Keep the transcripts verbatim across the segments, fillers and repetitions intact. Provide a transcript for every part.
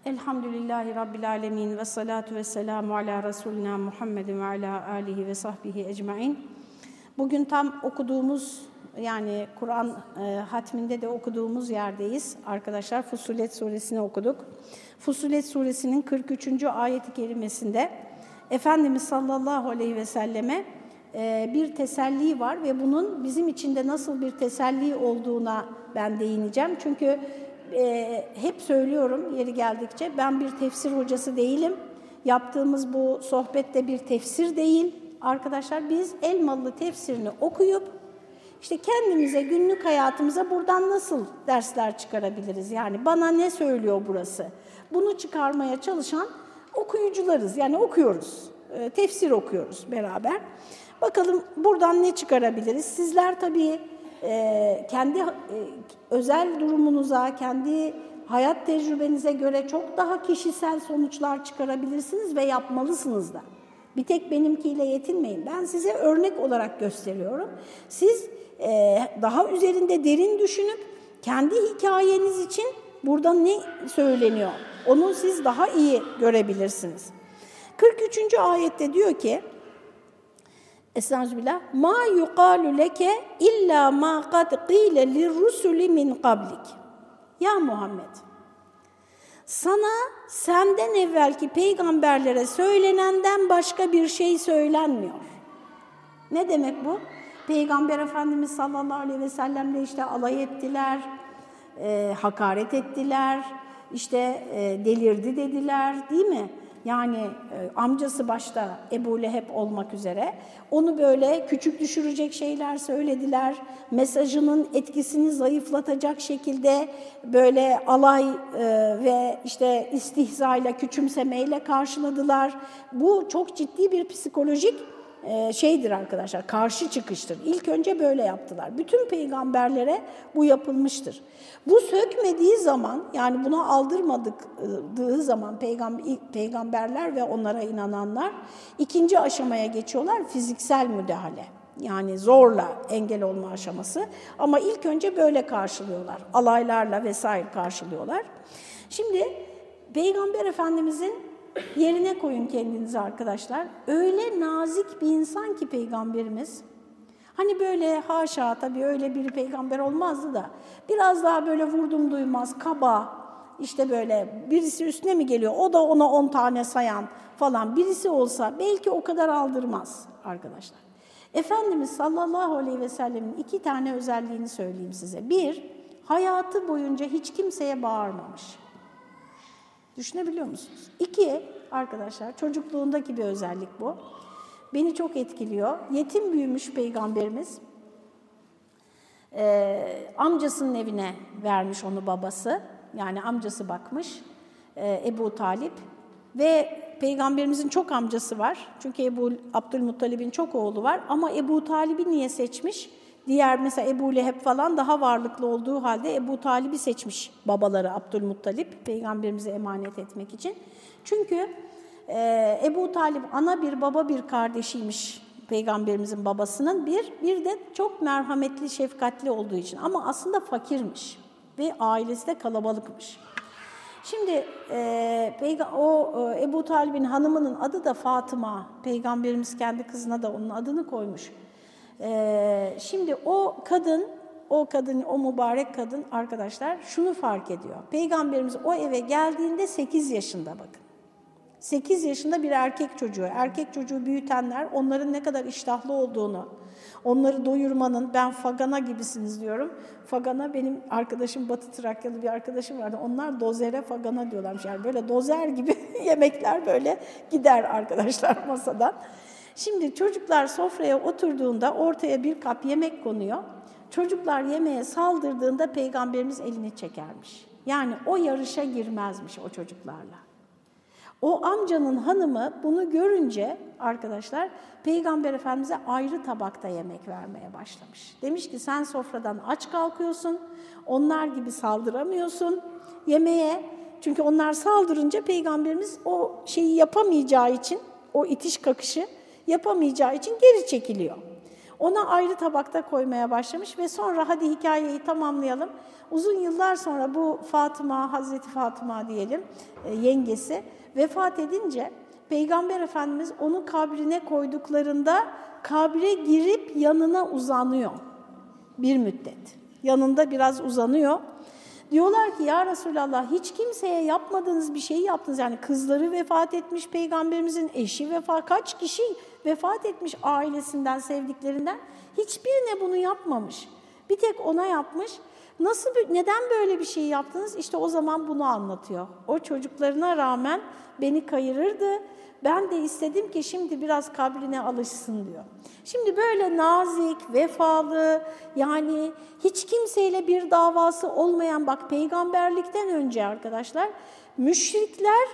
Elhamdülillahi Rabbil alemin ve salatu ve selamu ala Resulina Muhammedin ve ala alihi ve sahbihi ecmain. Bugün tam okuduğumuz, yani Kur'an e, hatminde de okuduğumuz yerdeyiz. Arkadaşlar Fussilet suresini okuduk. Fussilet suresinin kırk üçüncü ayet-i kerimesinde Efendimiz sallallahu aleyhi ve selleme e, bir teselli var ve bunun bizim için de nasıl bir teselli olduğuna ben değineceğim. Çünkü e, hep söylüyorum yeri geldikçe, ben bir tefsir hocası değilim. Yaptığımız bu sohbette bir tefsir değil. Arkadaşlar biz Elmalı tefsirini okuyup işte kendimize, günlük hayatımıza buradan nasıl dersler çıkarabiliriz? Yani bana ne söylüyor burası? Bunu çıkarmaya çalışan okuyucularız. Yani okuyoruz, e, tefsir okuyoruz beraber. Bakalım buradan ne çıkarabiliriz? Sizler tabii e, kendi e, özel durumunuza, kendi hayat tecrübenize göre çok daha kişisel sonuçlar çıkarabilirsiniz ve yapmalısınız da. Bir tek benimkiyle yetinmeyin. Ben size örnek olarak gösteriyorum. Siz e, daha üzerinde derin düşünüp kendi hikayeniz için burada ne söyleniyor, onu siz daha iyi görebilirsiniz. kırk üçüncü ayette diyor ki, Estağfirullah, ma yuqalu leke illa ma kad qile lirrusuli min qablik. Ya Muhammed, sana senden evvelki peygamberlere söylenenden başka bir şey söylenmiyor. Ne demek bu? Peygamber Efendimiz sallallahu aleyhi ve sellemle işte alay ettiler, e, hakaret ettiler, işte e, delirdi dediler, değil mi? Yani e, amcası başta Ebu Leheb olmak üzere onu böyle küçük düşürecek şeyler söylediler. Mesajının etkisini zayıflatacak şekilde böyle alay e, ve işte istihzayla, küçümsemeyle karşıladılar. Bu çok ciddi bir psikolojik e, şeydir arkadaşlar, karşı çıkıştır. İlk önce böyle yaptılar. Bütün peygamberlere bu yapılmıştır. Bu sökmediği zaman, yani buna aldırmadığı zaman peygam- peygamberler ve onlara inananlar ikinci aşamaya geçiyorlar, fiziksel müdahale. Yani zorla engel olma aşaması, ama ilk önce böyle karşılıyorlar, alaylarla vesaire karşılıyorlar. Şimdi Peygamber Efendimizin yerine koyun kendinizi arkadaşlar. Öyle nazik bir insan ki Peygamberimiz, hani böyle haşa tabii öyle bir peygamber olmazdı da biraz daha böyle vurdum duymaz, kaba, işte böyle birisi üstüne mi geliyor, o da ona on tane sayan falan birisi olsa belki o kadar aldırmaz arkadaşlar. Efendimiz sallallahu aleyhi ve sellemin iki tane özelliğini söyleyeyim size. Bir, hayatı boyunca hiç kimseye bağırmamış. Düşünebiliyor musunuz? İki, arkadaşlar çocukluğundaki bir özellik bu. Beni çok etkiliyor. Yetim büyümüş Peygamberimiz, ee, amcasının evine vermiş onu babası. Yani amcası bakmış, e, Ebu Talip. Ve Peygamberimizin çok amcası var. Çünkü Ebu Abdülmuttalib'in çok oğlu var. Ama Ebu Talib'i niye seçmiş? Diğer mesela Ebu Leheb falan daha varlıklı olduğu halde Ebu Talib'i seçmiş babaları Abdülmuttalip, Peygamberimize emanet etmek için. Çünkü e, Ebu Talip ana bir baba bir kardeşiymiş Peygamberimizin babasının. Bir, bir de çok merhametli, şefkatli olduğu için. Ama aslında fakirmiş ve ailesi de kalabalıkmış. Şimdi e, o e, Ebu Talib'in hanımının adı da Fatıma. Peygamberimiz kendi kızına da onun adını koymuş. E, şimdi o kadın, o kadın, o mübarek kadın arkadaşlar şunu fark ediyor. Peygamberimiz o eve geldiğinde sekiz yaşında bakın. sekiz yaşında bir erkek çocuğu. Erkek çocuğu büyütenler onların ne kadar iştahlı olduğunu, onları doyurmanın, ben fagana gibisiniz diyorum. Fagana, benim arkadaşım Batı Trakyalı bir arkadaşım vardı. Onlar dozere fagana diyorlarmış. Yani böyle dozer gibi yemekler böyle gider arkadaşlar masadan. Şimdi çocuklar sofraya oturduğunda ortaya bir kap yemek konuyor. Çocuklar yemeğe saldırdığında Peygamberimiz elini çekermiş. Yani o yarışa girmezmiş o çocuklarla. O amcanın hanımı bunu görünce arkadaşlar Peygamber Efendimiz'e ayrı tabakta yemek vermeye başlamış. Demiş ki sen sofradan aç kalkıyorsun, onlar gibi saldıramıyorsun yemeğe. Çünkü onlar saldırınca Peygamberimiz o şeyi yapamayacağı için, o itiş kakışı yapamayacağı için geri çekiliyor. Ona ayrı tabakta koymaya başlamış ve sonra hadi hikayeyi tamamlayalım. Uzun yıllar sonra bu Fatıma, Hazreti Fatıma diyelim, e, yengesi vefat edince Peygamber Efendimiz onu kabrine koyduklarında kabre girip yanına uzanıyor bir müddet. Yanında biraz uzanıyor. Diyorlar ki ya Resulallah hiç kimseye yapmadığınız bir şeyi yaptınız. Yani kızları vefat etmiş, Peygamberimizin eşi vefat, kaç kişi vefat etmiş ailesinden, sevdiklerinden. Hiçbirine bunu yapmamış. Bir tek ona yapmış. Nasıl, neden böyle bir şey yaptınız? İşte o zaman bunu anlatıyor. O çocuklarına rağmen beni kayırırdı. Ben de istedim ki şimdi biraz kabrine alışsın diyor. Şimdi böyle nazik, vefalı, yani hiç kimseyle bir davası olmayan, bak peygamberlikten önce arkadaşlar, müşrikler,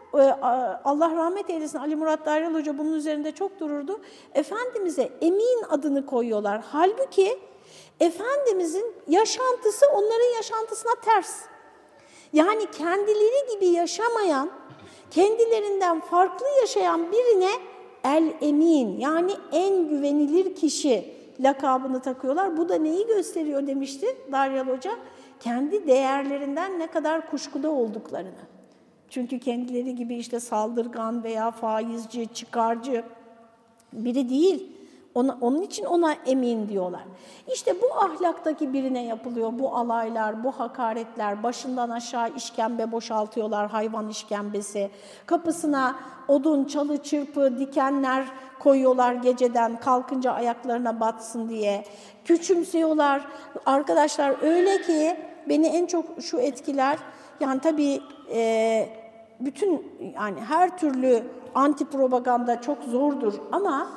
Allah rahmet eylesin Ali Murat Daryal Hoca bunun üzerinde çok dururdu, Efendimiz'e Emin adını koyuyorlar. Halbuki Efendimiz'in yaşantısı onların yaşantısına ters. Yani kendileri gibi yaşamayan, kendilerinden farklı yaşayan birine el-emin, yani en güvenilir kişi lakabını takıyorlar. Bu da neyi gösteriyor demişti Daryal Hoca? Kendi değerlerinden ne kadar kuşkuda olduklarını. Çünkü kendileri gibi işte saldırgan veya faizci, çıkarcı biri değil. Ona, onun için ona emin diyorlar. İşte bu ahlaktaki birine yapılıyor bu alaylar, bu hakaretler. Başından aşağı işkembe boşaltıyorlar, hayvan işkembesi. Kapısına odun, çalı, çırpı, dikenler koyuyorlar geceden, kalkınca ayaklarına batsın diye. Küçümsüyorlar. Arkadaşlar öyle ki beni en çok şu etkiler, yani tabii e, bütün, yani her türlü anti propaganda çok zordur ama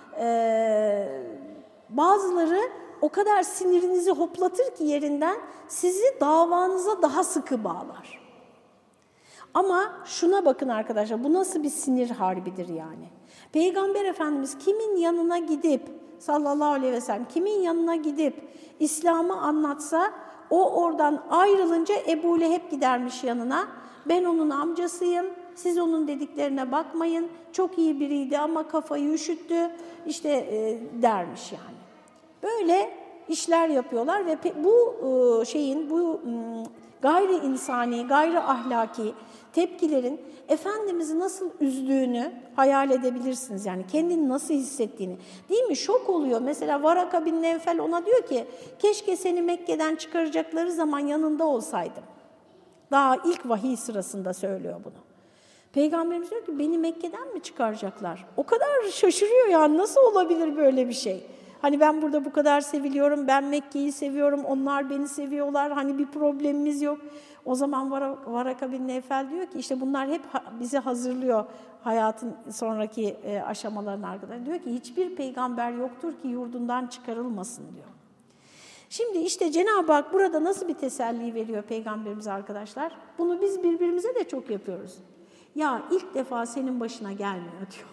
Ee, bazıları o kadar sinirinizi hoplatır ki yerinden sizi davanıza daha sıkı bağlar. Ama şuna bakın arkadaşlar, bu nasıl bir sinir harbidir yani. Peygamber Efendimiz kimin yanına gidip sallallahu aleyhi ve sellem kimin yanına gidip İslam'ı anlatsa o oradan ayrılınca Ebu Leheb gidermiş yanına. Ben onun amcasıyım. Siz onun dediklerine bakmayın. Çok iyi biriydi ama kafayı üşüttü. İşte e, dermiş yani. Böyle işler yapıyorlar ve bu e, şeyin, bu e, gayri insani, gayri ahlaki tepkilerin Efendimiz'i nasıl üzdüğünü hayal edebilirsiniz. Yani kendini nasıl hissettiğini. Değil mi? Şok oluyor. Mesela Varaka bin Nevfel ona diyor ki keşke seni Mekke'den çıkaracakları zaman yanında olsaydım. Daha ilk vahiy sırasında söylüyor bunu. Peygamberimiz diyor ki beni Mekke'den mi çıkaracaklar? O kadar şaşırıyor yani, nasıl olabilir böyle bir şey? Hani ben burada bu kadar seviliyorum, ben Mekke'yi seviyorum, onlar beni seviyorlar, hani bir problemimiz yok. O zaman Varaka bin Nevfel diyor ki işte bunlar hep bizi hazırlıyor hayatın sonraki aşamalarına arkadaşlar. Diyor ki hiçbir peygamber yoktur ki yurdundan çıkarılmasın diyor. Şimdi işte Cenab-ı Hak burada nasıl bir teselli veriyor Peygamberimize arkadaşlar? Bunu biz birbirimize de çok yapıyoruz. Ya ilk defa senin başına gelmiyor diyor.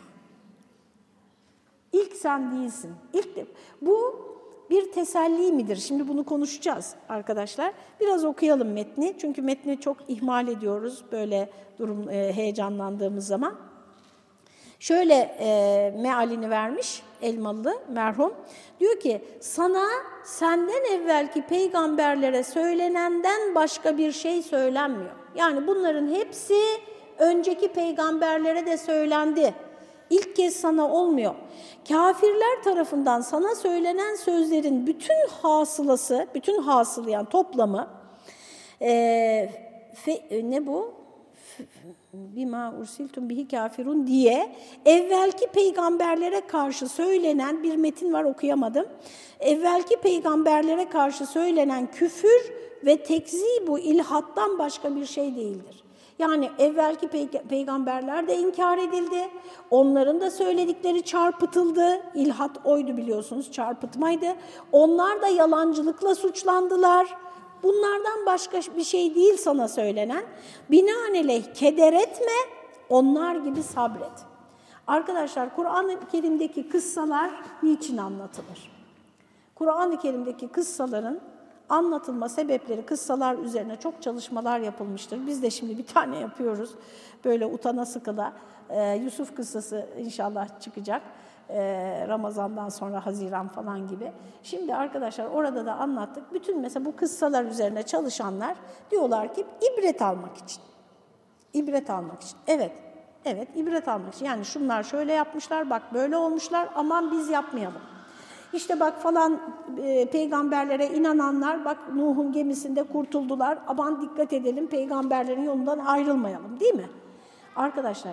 İlk sen değilsin. İlk de, bu bir teselli midir? Şimdi bunu konuşacağız arkadaşlar. Biraz okuyalım metni. Çünkü metni çok ihmal ediyoruz böyle durum e, heyecanlandığımız zaman. Şöyle e, mealini vermiş Elmalı merhum. Diyor ki sana senden evvelki peygamberlere söylenenden başka bir şey söylenmiyor. Yani bunların hepsi önceki peygamberlere de söylendi. İlk kez sana olmuyor. Kafirler tarafından sana söylenen sözlerin bütün hasılası, bütün hasılı yani toplamı e, fe, ne bu? Bima ursiltum bihi kafirun diye evvelki peygamberlere karşı söylenen bir metin var, okuyamadım. Evvelki peygamberlere karşı söylenen küfür ve tekzibu ilhattan başka bir şey değildir. Yani evvelki pey- peygamberler de inkar edildi. Onların da söyledikleri çarpıtıldı. İlhat oydu biliyorsunuz, çarpıtmaydı. Onlar da yalancılıkla suçlandılar. Bunlardan başka bir şey değil sana söylenen. Binaenaleyh keder etme, onlar gibi sabret. Arkadaşlar Kur'an-ı Kerim'deki kıssalar niçin anlatılır? Kur'an-ı Kerim'deki kıssaların anlatılma sebepleri, kıssalar üzerine çok çalışmalar yapılmıştır. Biz de şimdi bir tane yapıyoruz. Böyle utana sıkıla. Ee, Yusuf kıssası inşallah çıkacak. Ee, Ramazan'dan sonra Haziran falan gibi. Şimdi arkadaşlar orada da anlattık. Bütün mesela bu kıssalar üzerine çalışanlar diyorlar ki ibret almak için. İbret almak için. Evet, evet ibret almak için. Yani şunlar şöyle yapmışlar, bak böyle olmuşlar, aman biz yapmayalım. İşte bak falan e, peygamberlere inananlar, bak Nuh'un gemisinde kurtuldular, aman dikkat edelim, peygamberlerin yolundan ayrılmayalım, değil mi? Arkadaşlar,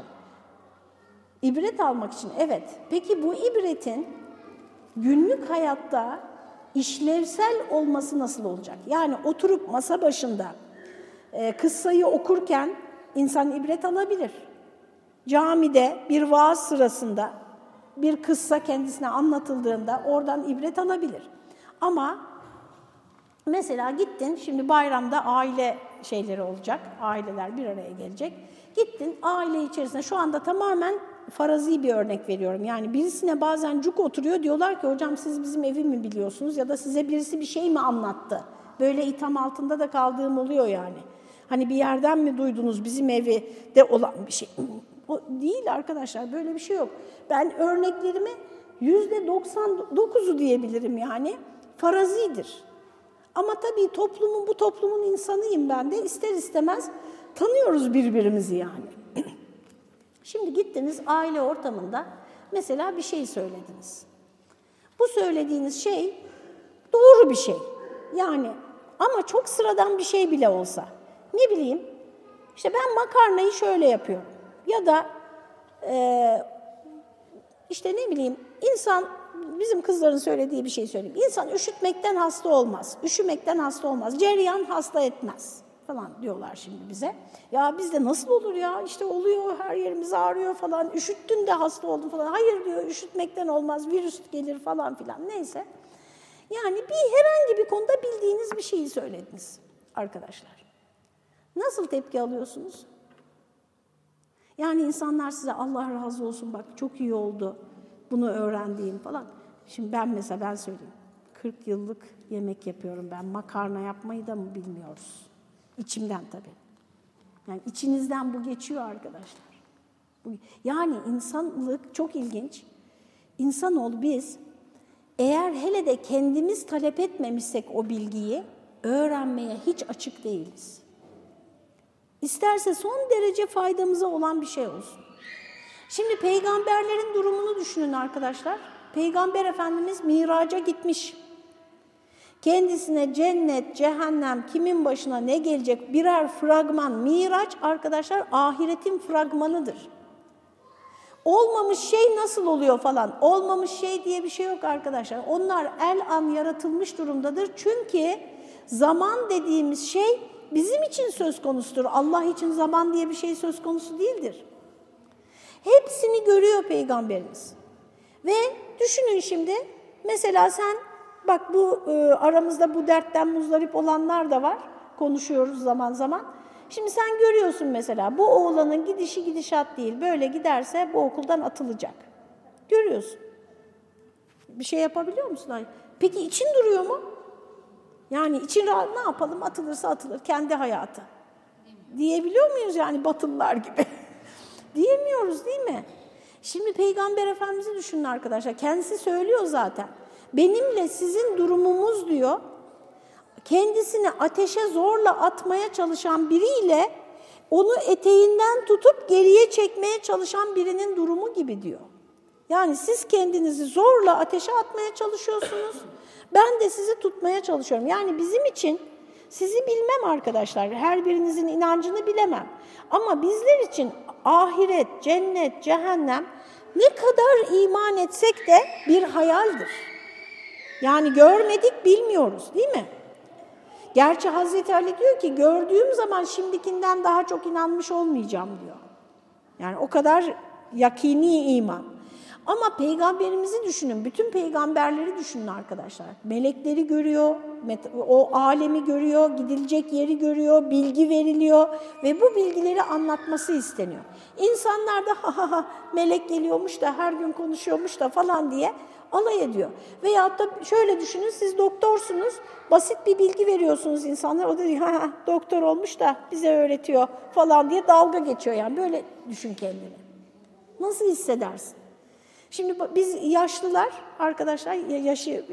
ibret almak için evet. Peki bu ibretin günlük hayatta işlevsel olması nasıl olacak? Yani oturup masa başında e, kıssayı okurken insan ibret alabilir. Camide bir vaaz sırasında bir kıssa kendisine anlatıldığında oradan ibret alabilir. Ama mesela gittin, şimdi bayramda aile şeyleri olacak, aileler bir araya gelecek. Gittin aile içerisinde, şu anda tamamen farazi bir örnek veriyorum. Yani birisine bazen cuk oturuyor, diyorlar ki hocam siz bizim evi mi biliyorsunuz ya da size birisi bir şey mi anlattı? Böyle itham altında da kaldığım oluyor yani. Hani bir yerden mi duydunuz bizim evde olan bir şey? O değil arkadaşlar, böyle bir şey yok. Ben örneklerimi yüzde doksan dokuzu diyebilirim yani farazidir. Ama tabii toplumun, bu toplumun insanıyım ben de, ister istemez tanıyoruz birbirimizi yani. Şimdi gittiniz aile ortamında mesela bir şey söylediniz. Bu söylediğiniz şey doğru bir şey. Yani ama çok sıradan bir şey bile olsa. Ne bileyim, işte ben makarnayı şöyle yapıyorum. Ya da e, işte ne bileyim, insan, bizim kızların söylediği bir şey söyleyeyim. İnsan üşütmekten hasta olmaz, üşümekten hasta olmaz, cereyan hasta etmez falan diyorlar şimdi bize. Ya bizde nasıl olur ya, işte oluyor, her yerimiz ağrıyor falan, üşüttün de hasta oldun falan. Hayır diyor, üşütmekten olmaz, virüs gelir falan filan, neyse. Yani bir herhangi bir konuda bildiğiniz bir şeyi söylediniz arkadaşlar. Nasıl tepki alıyorsunuz? Yani insanlar size Allah razı olsun, bak çok iyi oldu bunu öğrendiğim falan. Şimdi ben mesela ben söyleyeyim, kırk yıllık yemek yapıyorum ben, makarna yapmayı da mı bilmiyoruz? İçimden tabii. Yani içinizden bu geçiyor arkadaşlar. Yani insanlık çok ilginç. İnsanoğlu biz eğer hele de kendimiz talep etmemişsek o bilgiyi öğrenmeye hiç açık değiliz. İsterse son derece faydamıza olan bir şey olsun. Şimdi peygamberlerin durumunu düşünün arkadaşlar. Peygamber Efendimiz Miraç'a gitmiş. Kendisine cennet, cehennem, kimin başına ne gelecek birer fragman. Miraç arkadaşlar ahiretin fragmanıdır. Olmamış şey nasıl oluyor falan. Olmamış şey diye bir şey yok arkadaşlar. Onlar el an yaratılmış durumdadır. Çünkü zaman dediğimiz şey bizim için söz konusudur. Allah için zaman diye bir şey söz konusu değildir. Hepsini görüyor Peygamberimiz. Ve düşünün şimdi, mesela sen, bak bu e, aramızda bu dertten muzdarip olanlar da var. Konuşuyoruz zaman zaman. Şimdi sen görüyorsun mesela, bu oğlanın gidişi gidişat değil. Böyle giderse bu okuldan atılacak. Görüyorsun. Bir şey yapabiliyor musun? Peki için duruyor mu? Yani için ne yapalım, atılırsa atılır, kendi hayatı. Diyebiliyor muyuz yani Batılılar gibi? Diyemiyoruz değil mi? Şimdi Peygamber Efendimiz'i düşünün arkadaşlar. Kendisi söylüyor zaten. Benimle sizin durumumuz diyor, kendisini ateşe zorla atmaya çalışan biriyle onu eteğinden tutup geriye çekmeye çalışan birinin durumu gibi diyor. Yani siz kendinizi zorla ateşe atmaya çalışıyorsunuz. Ben de sizi tutmaya çalışıyorum. Yani bizim için, sizi bilmem arkadaşlar, her birinizin inancını bilemem. Ama bizler için ahiret, cennet, cehennem ne kadar iman etsek de bir hayaldir. Yani görmedik, bilmiyoruz değil mi? Gerçi Hazreti Ali diyor ki, gördüğüm zaman şimdikinden daha çok inanmış olmayacağım diyor. Yani o kadar yakini iman. Ama peygamberimizi düşünün, bütün peygamberleri düşünün arkadaşlar. Melekleri görüyor, o alemi görüyor, gidilecek yeri görüyor, bilgi veriliyor ve bu bilgileri anlatması isteniyor. İnsanlar da ha ha ha melek geliyormuş da her gün konuşuyormuş da falan diye alay ediyor. Veyahut da şöyle düşünün, siz doktorsunuz, basit bir bilgi veriyorsunuz insanlar, o da diyor ha ha doktor olmuş da bize öğretiyor falan diye dalga geçiyor yani. Böyle düşün kendini. Nasıl hissedersin? Şimdi biz yaşlılar arkadaşlar, yaşı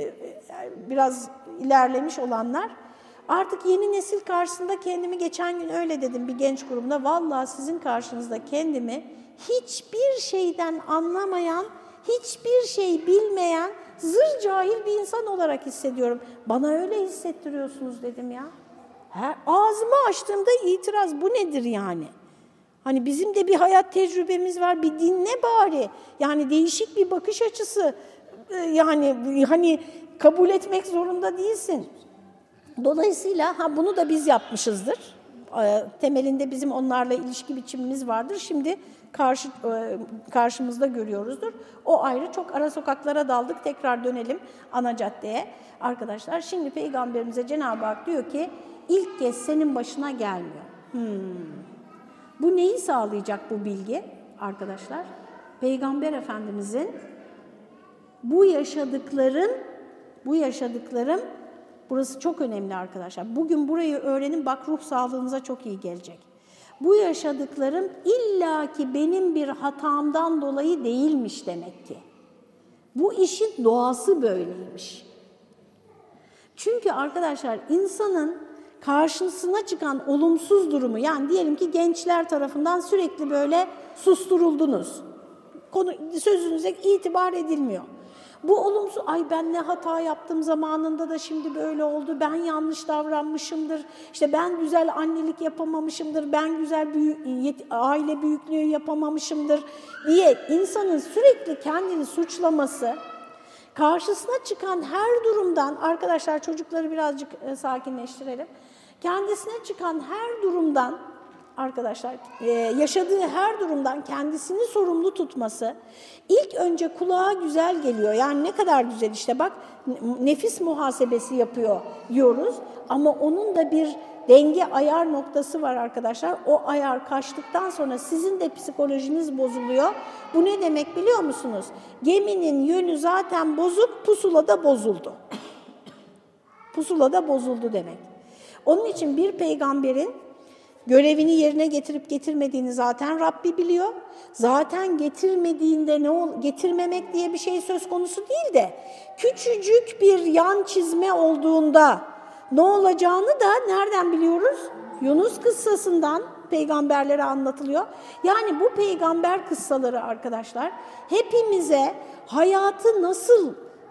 biraz ilerlemiş olanlar, artık yeni nesil karşısında kendimi geçen gün öyle dedim bir genç grubunda, vallahi sizin karşınızda kendimi hiçbir şeyden anlamayan, hiçbir şey bilmeyen, zır cahil bir insan olarak hissediyorum. Bana öyle hissettiriyorsunuz dedim ya. He, ağzımı açtığımda itiraz, bu nedir yani? Hani bizim de bir hayat tecrübemiz var, bir dinle bari. Yani değişik bir bakış açısı, yani hani kabul etmek zorunda değilsin. Dolayısıyla ha bunu da biz yapmışızdır. Temelinde bizim onlarla ilişki biçimimiz vardır. Şimdi karşı karşımızda görüyoruzdur. O ayrı. Çok ara sokaklara daldık. Tekrar dönelim ana caddeye. Arkadaşlar şimdi Peygamberimize Cenab-ı Hak diyor ki ilk kez senin başına gelmiyor. Hmm. Bu neyi sağlayacak bu bilgi arkadaşlar? Peygamber Efendimizin bu yaşadıkların, bu yaşadıklarım, burası çok önemli arkadaşlar. Bugün burayı öğrenin, bak ruh sağlığınıza çok iyi gelecek. Bu yaşadıklarım illaki benim bir hatamdan dolayı değilmiş demek ki. Bu işin doğası böyleymiş. Çünkü arkadaşlar insanın karşısına çıkan olumsuz durumu, yani diyelim ki gençler tarafından sürekli böyle susturuldunuz. Konu, sözünüze itibar edilmiyor. Bu olumsuz, ay ben ne hata yaptım zamanında da şimdi böyle oldu, ben yanlış davranmışımdır, işte ben güzel annelik yapamamışımdır, ben güzel büyük, aile büyüklüğü yapamamışımdır diye insanın sürekli kendini suçlaması, karşısına çıkan her durumdan, arkadaşlar çocukları birazcık sakinleştirelim, kendisine çıkan her durumdan, arkadaşlar yaşadığı her durumdan kendisini sorumlu tutması ilk önce kulağa güzel geliyor. Yani ne kadar güzel, işte bak nefis muhasebesi yapıyor diyoruz ama onun da bir denge ayar noktası var arkadaşlar. O ayar kaçtıktan sonra sizin de psikolojiniz bozuluyor. Bu ne demek biliyor musunuz? Geminin yönü zaten bozuk, pusula da bozuldu. Pusula da bozuldu demek. Onun için bir peygamberin görevini yerine getirip getirmediğini zaten Rabbi biliyor. Zaten getirmediğinde ne ol, getirmemek diye bir şey söz konusu değil de küçücük bir yan çizme olduğunda ne olacağını da nereden biliyoruz? Yunus kıssasından peygamberlere anlatılıyor. Yani bu peygamber kıssaları arkadaşlar hepimize hayatı nasıl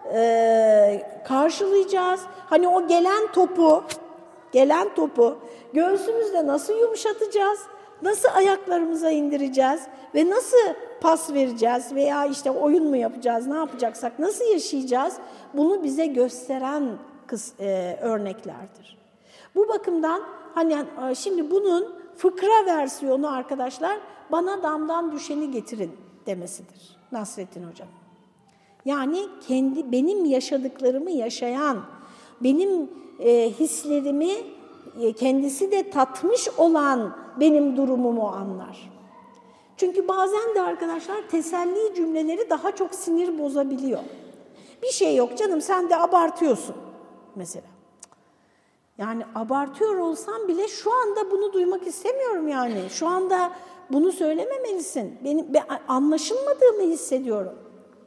e, karşılayacağız? Hani o gelen topu Gelen topu göğsümüzde nasıl yumuşatacağız, nasıl ayaklarımıza indireceğiz ve nasıl pas vereceğiz veya işte oyun mu yapacağız, ne yapacaksak, nasıl yaşayacağız, bunu bize gösteren kıs, e, örneklerdir. Bu bakımdan hani şimdi bunun fıkra versiyonu arkadaşlar, bana damdan düşeni getirin demesidir Nasrettin Hocam. Yani kendi benim yaşadıklarımı yaşayan, benim e, hislerimi e, kendisi de tatmış olan benim durumumu anlar. Çünkü bazen de arkadaşlar teselli cümleleri daha çok sinir bozabiliyor. Bir şey yok canım, sen de abartıyorsun mesela. Yani abartıyor olsam bile şu anda bunu duymak istemiyorum yani. Şu anda bunu söylememelisin. Benim ben, anlaşılmadığımı hissediyorum.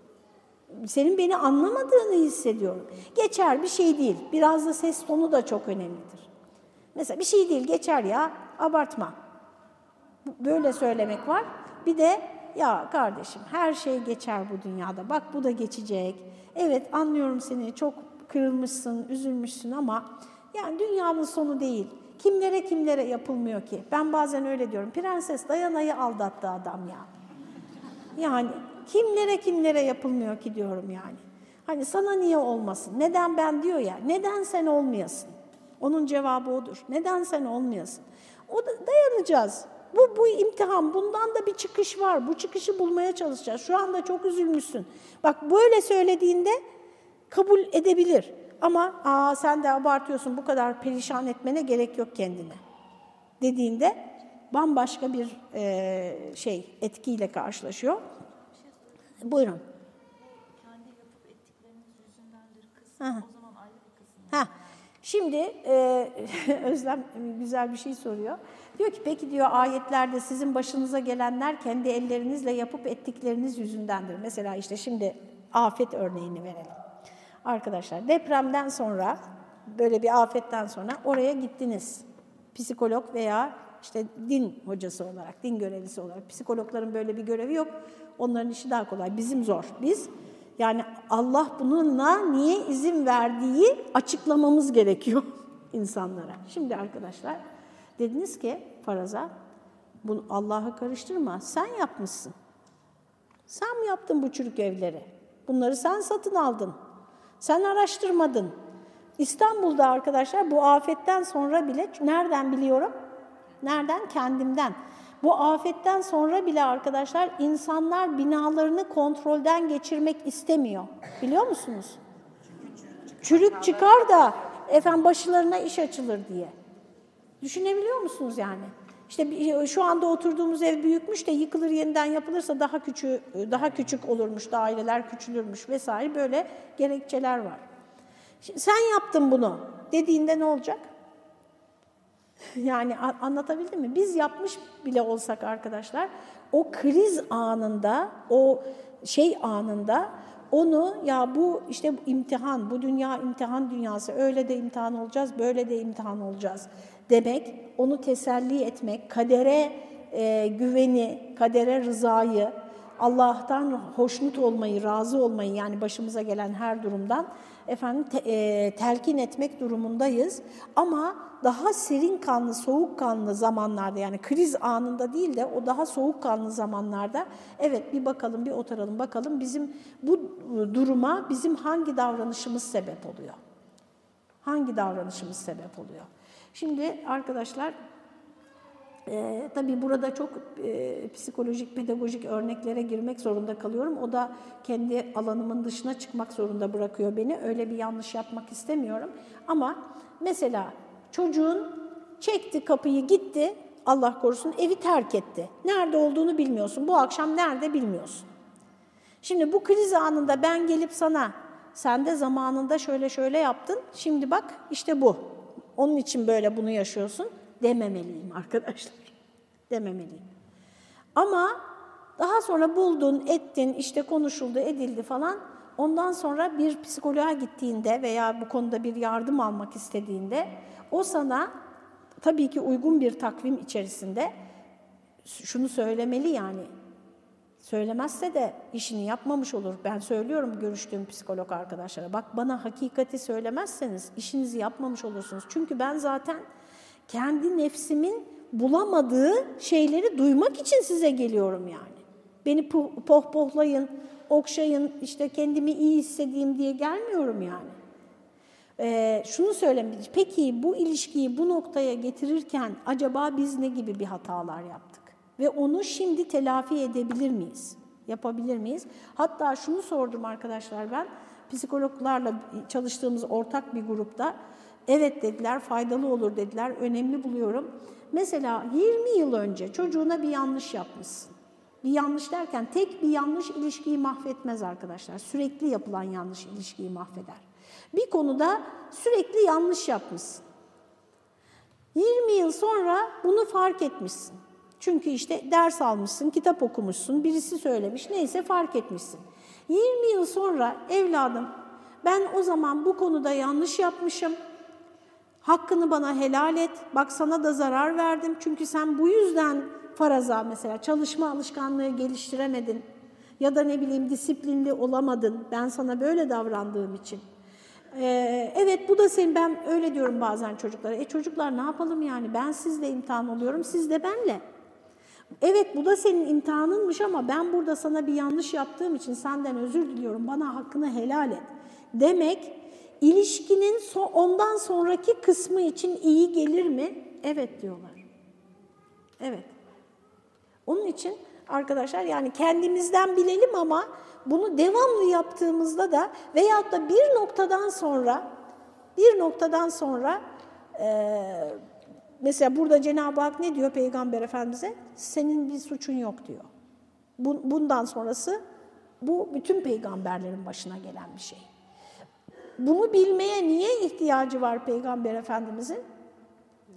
Senin beni anlamadığını hissediyorum. Geçer, bir şey değil. Biraz da ses tonu da çok önemlidir. Mesela bir şey değil, geçer ya, abartma. Böyle söylemek var. Bir de ya kardeşim her şey geçer bu dünyada. Bak bu da geçecek. Evet anlıyorum seni, çok kırılmışsın, üzülmüşsün ama yani dünyanın sonu değil. Kimlere kimlere yapılmıyor ki? Ben bazen öyle diyorum. Prenses Diana'yı aldattı adam ya. Yani kimlere kimlere yapılmıyor ki diyorum yani. Hani sana niye olmasın? Neden ben diyor ya, neden sen olmayasın? Onun cevabı odur. Neden sen olmayasın? O da dayanacağız. Bu, bu imtihan, bundan da bir çıkış var. Bu çıkışı bulmaya çalışacağız. Şu anda çok üzülmüşsün. Bak böyle söylediğinde kabul edebilir. Ama aa sen de abartıyorsun, bu kadar perişan etmene gerek yok kendine dediğinde bambaşka bir e, şey etkiyle karşılaşıyor. Buyurun. Kendi yapıp ettikleriniz yüzündendir kısmı. Aha. O zaman ayrı bir kısmı. Ha. Şimdi e, Özlem güzel bir şey soruyor. Diyor ki peki diyor ayetlerde sizin başınıza gelenler kendi ellerinizle yapıp ettikleriniz yüzündendir. Mesela işte şimdi afet örneğini verelim. Arkadaşlar depremden sonra böyle bir afetten sonra oraya gittiniz. Psikolog veya işte din hocası olarak, din görevlisi olarak. Psikologların böyle bir görevi yok. Onların işi daha kolay. Bizim zor. Biz yani Allah bununla niye izin verdiği açıklamamız gerekiyor insanlara. Şimdi arkadaşlar dediniz ki faraza, bunu Allah'a karıştırma. Sen yapmışsın. Sen mi yaptın bu çürük evleri? Bunları sen satın aldın. Sen araştırmadın. İstanbul'da arkadaşlar bu afetten sonra bile, nereden biliyorum? Nereden? Kendimden. Bu afetten sonra bile arkadaşlar insanlar binalarını kontrolden geçirmek istemiyor. Biliyor musunuz? Çürük çıkar da efendim başlarına iş açılır diye. Düşünebiliyor musunuz yani? İşte şu anda oturduğumuz ev büyükmüş de yıkılır yeniden yapılırsa daha küçük daha küçük olurmuş, daireler küçülürmüş vesaire böyle gerekçeler var. Şimdi sen yaptın bunu dediğinde ne olacak? Yani anlatabildim mi? Biz yapmış bile olsak arkadaşlar o kriz anında, o şey anında onu ya bu işte imtihan, bu dünya imtihan dünyası, öyle de imtihan olacağız, böyle de imtihan olacağız demek, onu teselli etmek, kadere e, güveni, kadere rızayı, Allah'tan hoşnut olmayı, razı olmayı yani başımıza gelen her durumdan efendim te, e, telkin etmek durumundayız. Ama daha serin kanlı, soğukkanlı zamanlarda yani kriz anında değil de o daha soğukkanlı zamanlarda evet bir bakalım, bir oturalım bakalım bizim bu duruma bizim hangi davranışımız sebep oluyor? Hangi davranışımız sebep oluyor? Şimdi arkadaşlar e, tabii burada çok e, psikolojik, pedagojik örneklere girmek zorunda kalıyorum. O da kendi alanımın dışına çıkmak zorunda bırakıyor beni. Öyle bir yanlış yapmak istemiyorum. Ama mesela çocuğun çekti kapıyı gitti, Allah korusun evi terk etti. Nerede olduğunu bilmiyorsun. Bu akşam nerede bilmiyorsun. Şimdi bu kriz anında ben gelip sana, sen de zamanında şöyle şöyle yaptın, şimdi bak işte bu. Onun için böyle bunu yaşıyorsun dememeliyim arkadaşlar. Dememeliyim. Ama daha sonra buldun, ettin, işte konuşuldu, edildi falan. Ondan sonra bir psikoloğa gittiğinde veya bu konuda bir yardım almak istediğinde o sana tabii ki uygun bir takvim içerisinde şunu söylemeli yani. Söylemezse de işini yapmamış olur. Ben söylüyorum görüştüğüm psikolog arkadaşlara. Bak bana hakikati söylemezseniz işinizi yapmamış olursunuz. Çünkü ben zaten kendi nefsimin bulamadığı şeyleri duymak için size geliyorum yani. Beni pohpohlayın, okşayın, işte kendimi iyi hissedeyim diye gelmiyorum yani. Ee, şunu söylemeyeceğim. Peki bu ilişkiyi bu noktaya getirirken acaba biz ne gibi bir hatalar yaptık? Ve onu şimdi telafi edebilir miyiz? Yapabilir miyiz? Hatta şunu sordum arkadaşlar ben, psikologlarla çalıştığımız ortak bir grupta. Evet dediler, faydalı olur dediler, önemli buluyorum. Mesela yirmi yıl önce çocuğuna bir yanlış yapmışsın. Bir yanlış derken tek bir yanlış ilişkiyi mahvetmez arkadaşlar. Sürekli yapılan yanlış ilişkiyi mahveder. Bir konuda sürekli yanlış yapmışsın. yirmi yıl sonra bunu fark etmişsin. Çünkü işte ders almışsın, kitap okumuşsun, birisi söylemiş, neyse fark etmişsin. yirmi yıl sonra evladım ben o zaman bu konuda yanlış yapmışım, hakkını bana helal et, bak sana da zarar verdim çünkü sen bu yüzden faraza mesela çalışma alışkanlığı geliştiremedin ya da ne bileyim disiplinli olamadın, ben sana böyle davrandığım için. Ee, evet bu da senin, ben öyle diyorum bazen çocuklara, e çocuklar ne yapalım yani ben sizle imtihan oluyorum, siz de benle. Evet bu da senin imtihanınmış ama ben burada sana bir yanlış yaptığım için senden özür diliyorum, bana hakkını helal et demek ilişkinin ondan sonraki kısmı için iyi gelir mi? Evet diyorlar. Evet. Onun için arkadaşlar yani kendimizden bilelim ama bunu devamlı yaptığımızda da veyahut da bir noktadan sonra bir noktadan sonra e, mesela burada Cenab-ı Hak ne diyor Peygamber Efendimiz'e? Senin bir suçun yok diyor. Bundan sonrası bu bütün peygamberlerin başına gelen bir şey. Bunu bilmeye niye ihtiyacı var Peygamber Efendimiz'in?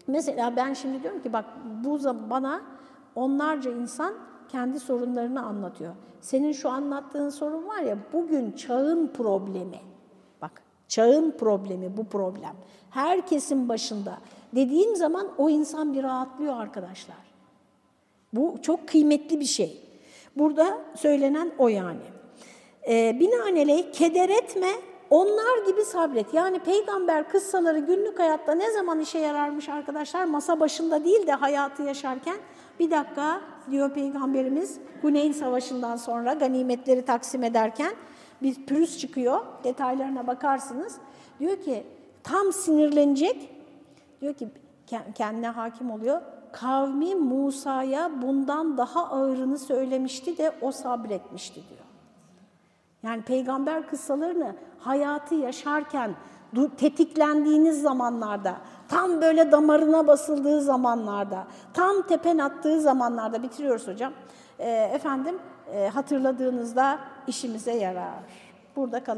Mesela ben şimdi diyorum ki bak bu bana onlarca insan kendi sorunlarını anlatıyor. Senin şu anlattığın sorun var ya, bugün çağın problemi. Bak, çağın problemi bu problem. Herkesin başında. Dediğim zaman o insan bir rahatlıyor arkadaşlar. Bu çok kıymetli bir şey. Burada söylenen o yani. Ee, binaenaleyh keder etme, onlar gibi sabret. Yani peygamber kıssaları günlük hayatta ne zaman işe yararmış arkadaşlar? Masa başında değil de hayatı yaşarken, bir dakika diyor Peygamberimiz, Huneyn Savaşı'ndan sonra ganimetleri taksim ederken bir pürüz çıkıyor, detaylarına bakarsınız. Diyor ki tam sinirlenecek, diyor ki kendine hakim oluyor. Kavmi Musa'ya bundan daha ağırını söylemişti de o sabretmişti diyor. Yani peygamber kıssalarını hayatı yaşarken, tetiklendiğiniz zamanlarda, tam böyle damarına basıldığı zamanlarda, tam tepen attığı zamanlarda, bitiriyoruz hocam, e, efendim e, hatırladığınızda işimize yarar. Burada kalın.